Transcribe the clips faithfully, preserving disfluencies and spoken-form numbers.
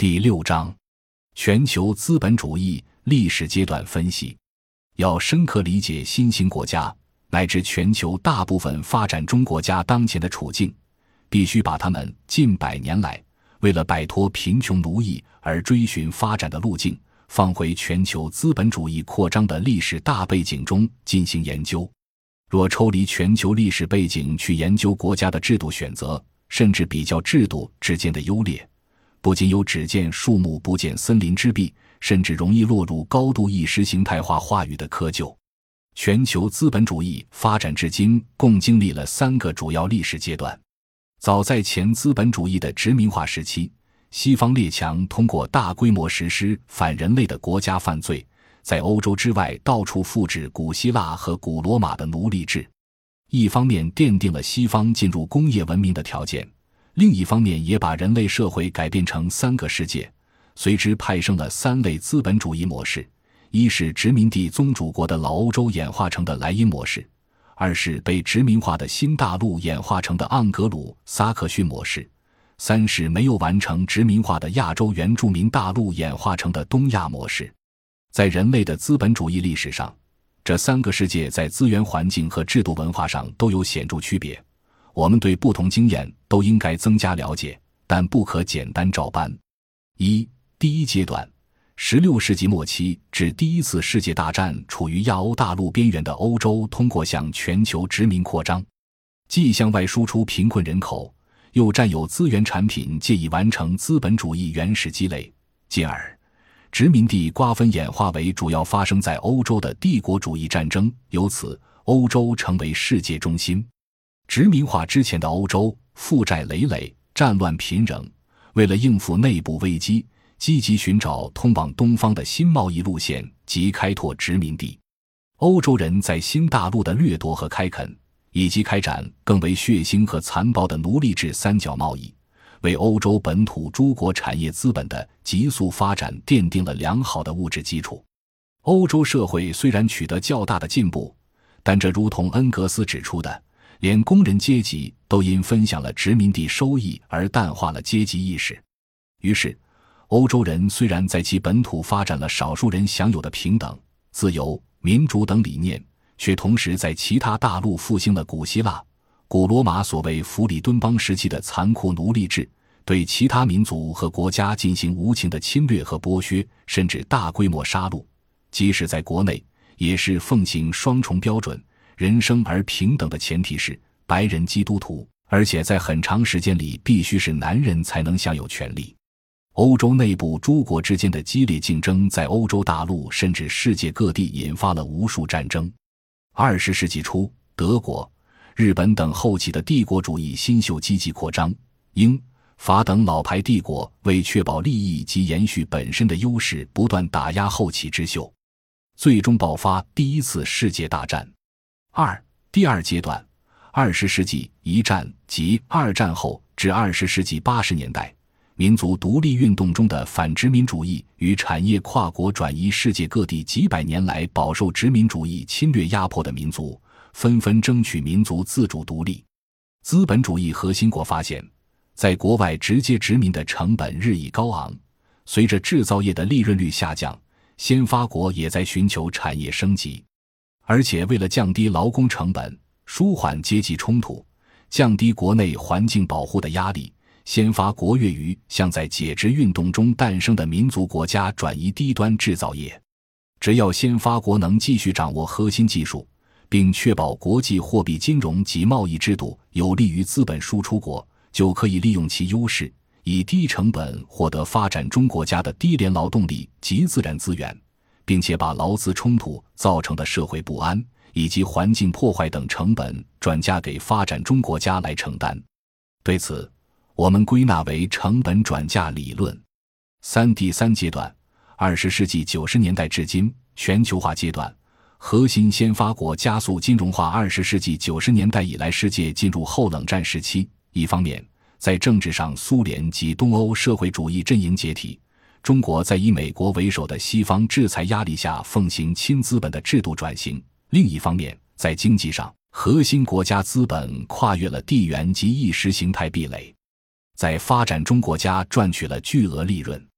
第六章，全球资本主义历史阶段分析。要深刻理解新兴国家乃至全球大部分发展中国家当前的处境，必须把他们近百年来为了摆脱贫穷奴役而追寻发展的路径放回全球资本主义扩张的历史大背景中进行研究。若抽离全球历史背景去研究国家的制度选择，甚至比较制度之间的优劣，不仅有只见树木不见森林之弊，甚至容易落入高度意识形态化话语的窠臼。全球资本主义发展至今共经历了三个主要历史阶段。早在前资本主义的殖民化时期，西方列强通过大规模实施反人类的国家犯罪，在欧洲之外到处复制古希腊和古罗马的奴隶制，一方面奠定了西方进入工业文明的条件，另一方面也把人类社会改变成三个世界，随之派生了三类资本主义模式：一是殖民地宗主国的老欧洲演化成的莱茵模式，二是被殖民化的新大陆演化成的盎格鲁撒克逊模式，三是没有完成殖民化的亚洲原住民大陆演化成的东亚模式。在人类的资本主义历史上，这三个世界在资源环境和制度文化上都有显著区别，我们对不同经验都应该增加了解，但不可简单照搬。一、第一阶段，十六世纪末期至第一次世界大战处于亚欧大陆边缘的欧洲，通过向全球殖民扩张，既向外输出贫困人口，又占有资源产品，借以完成资本主义原始积累，进而殖民地瓜分演化为主要发生在欧洲的帝国主义战争，由此欧洲成为世界中心。殖民化之前的欧洲负债累累，战乱频仍，为了应付内部危机，积极寻找通往东方的新贸易路线及开拓殖民地。欧洲人在新大陆的掠夺和开垦，以及开展更为血腥和残暴的奴隶制三角贸易，为欧洲本土诸国产业资本的急速发展奠定了良好的物质基础。欧洲社会虽然取得较大的进步，但这如同恩格斯指出的，连工人阶级都因分享了殖民地收益而淡化了阶级意识。于是欧洲人虽然在其本土发展了少数人享有的平等、自由、民主等理念，却同时在其他大陆复兴了古希腊、古罗马所谓弗里敦邦时期的残酷奴隶制，对其他民族和国家进行无情的侵略和剥削，甚至大规模杀戮。即使在国内，也是奉行双重标准，人生而平等的前提是白人基督徒，而且在很长时间里必须是男人才能享有权利。欧洲内部诸国之间的激烈竞争在欧洲大陆甚至世界各地引发了无数战争。二十世纪初，德国、日本等后起的帝国主义新秀积极扩张，英、法等老牌帝国为确保利益及延续本身的优势，不断打压后起之秀，最终爆发第一次世界大战。二、第二阶段，二十世纪一战及二战后至二十世纪八十年代，民族独立运动中的反殖民主义与产业跨国转移，世界各地几百年来饱受殖民主义侵略压迫的民族纷纷争取民族自主独立。资本主义核心国发现，在国外直接殖民的成本日益高昂，随着制造业的利润率下降，先发国也在寻求产业升级。而且为了降低劳工成本，舒缓阶级冲突，降低国内环境保护的压力，先发国跃于向在解殖运动中诞生的民族国家转移低端制造业。只要先发国能继续掌握核心技术，并确保国际货币金融及贸易制度有利于资本输出国，就可以利用其优势，以低成本获得发展中国家的低廉劳动力及自然资源，并且把劳资冲突造成的社会不安以及环境破坏等成本转嫁给发展中国家来承担。对此，我们归纳为成本转嫁理论。三、第三阶段，二十世纪九十年代至今，全球化阶段，核心先发国加速金融化。二十世纪九十年代以来，世界进入后冷战时期。一方面，在政治上，苏联及东欧社会主义阵营解体，中国在以美国为首的西方制裁压力下奉行亲资本的制度转型；另一方面，在经济上，核心国家资本跨越了地缘及意识形态壁垒，在发展中国家赚取了巨额利润。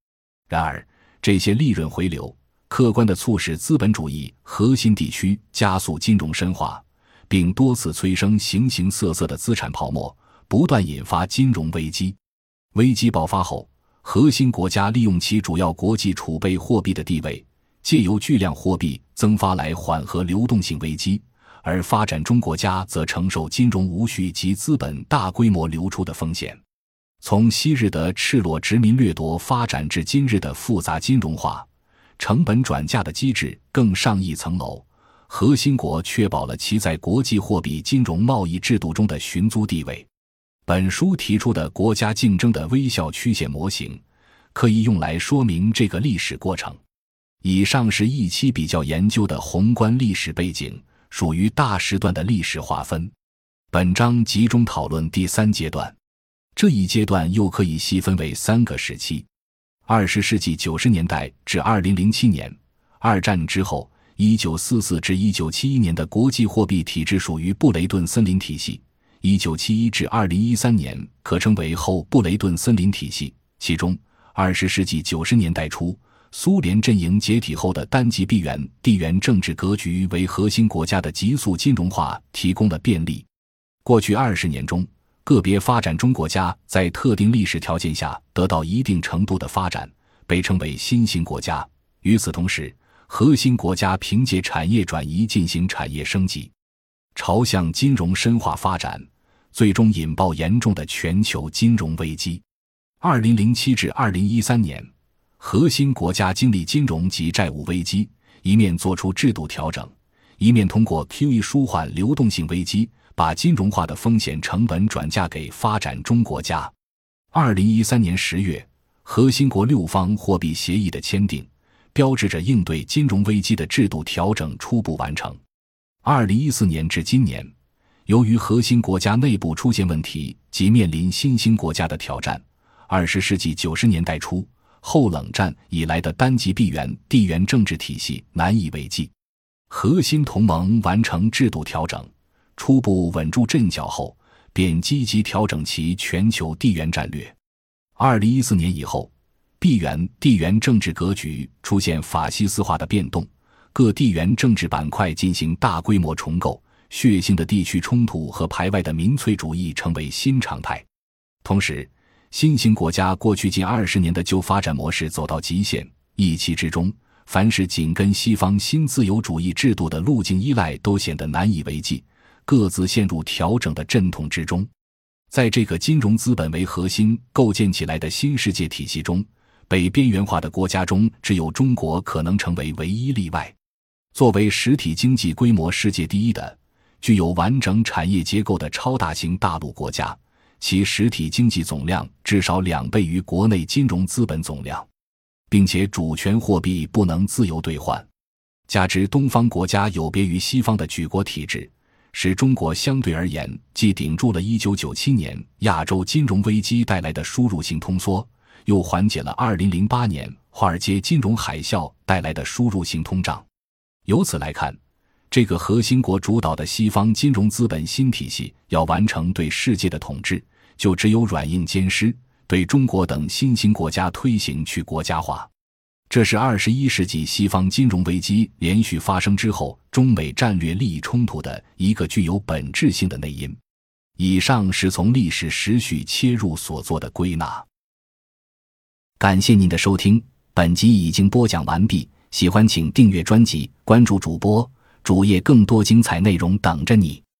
然而，这些利润回流客观地促使资本主义核心地区加速金融深化，并多次催生形形色色的资产泡沫，不断引发金融危机。危机爆发后，核心国家利用其主要国际储备货币的地位，借由巨量货币增发来缓和流动性危机，而发展中国家则承受金融无序及资本大规模流出的风险。从昔日的赤裸殖民掠夺发展至今日的复杂金融化，成本转嫁的机制更上一层楼，核心国确保了其在国际货币金融贸易制度中的寻租地位。本书提出的国家竞争的微笑曲线模型，可以用来说明这个历史过程。以上是一期比较研究的宏观历史背景，属于大时段的历史划分。本章集中讨论第三阶段，这一阶段又可以细分为三个时期：二十世纪九十年代至二零零七年，二战之后一九四四至一九七一年的国际货币体制属于布雷顿森林体系，一九七一至二零一三年可称为后布雷顿森林体系。其中二十世纪九十年代初，苏联阵营解体后的单极闭源地缘政治格局为核心国家的急速金融化提供了便利。过去二十年中，个别发展中国家在特定历史条件下得到一定程度的发展，被称为新兴国家。与此同时，核心国家凭借产业转移进行产业升级，朝向金融深化发展，最终引爆严重的全球金融危机。二零零七至二零一三年，核心国家经历金融及债务危机，一面做出制度调整，一面通过 Q E 舒缓流动性危机，把金融化的风险成本转嫁给发展中国家。二零一三年十月，核心国六方货币协议的签订，标志着应对金融危机的制度调整初步完成。二零一四年至今年，由于核心国家内部出现问题及面临新兴国家的挑战，二十世纪九十年代初后冷战以来的单极闭源地缘政治体系难以为继。核心同盟完成制度调整，初步稳住阵脚后，便积极调整其全球地缘战略。二零一四年以后，地缘地缘政治格局出现法西斯化的变动，各地缘政治板块进行大规模重构，血腥的地区冲突和排外的民粹主义成为新常态。同时，新兴国家过去近二十年的旧发展模式走到极限，一气之中，凡是紧跟西方新自由主义制度的路径依赖都显得难以为继，各自陷入调整的阵痛之中。在这个金融资本为核心构建起来的新世界体系中，被边缘化的国家中只有中国可能成为唯一例外。作为实体经济规模世界第一的、具有完整产业结构的超大型大陆国家，其实体经济总量至少两倍于国内金融资本总量，并且主权货币不能自由兑换。加之东方国家有别于西方的举国体制，使中国相对而言既顶住了一九九七年亚洲金融危机带来的输入性通缩，又缓解了二零零八年华尔街金融海啸带来的输入性通胀。由此来看，这个核心国主导的西方金融资本新体系要完成对世界的统治，就只有软硬兼施，对中国等新兴国家推行去国家化。这是二十一世纪西方金融危机连续发生之后中美战略利益冲突的一个具有本质性的内因。以上是从历史时序切入所做的归纳。感谢您的收听，本集已经播讲完毕，喜欢请订阅专辑，关注主播，主页更多精彩内容等着你。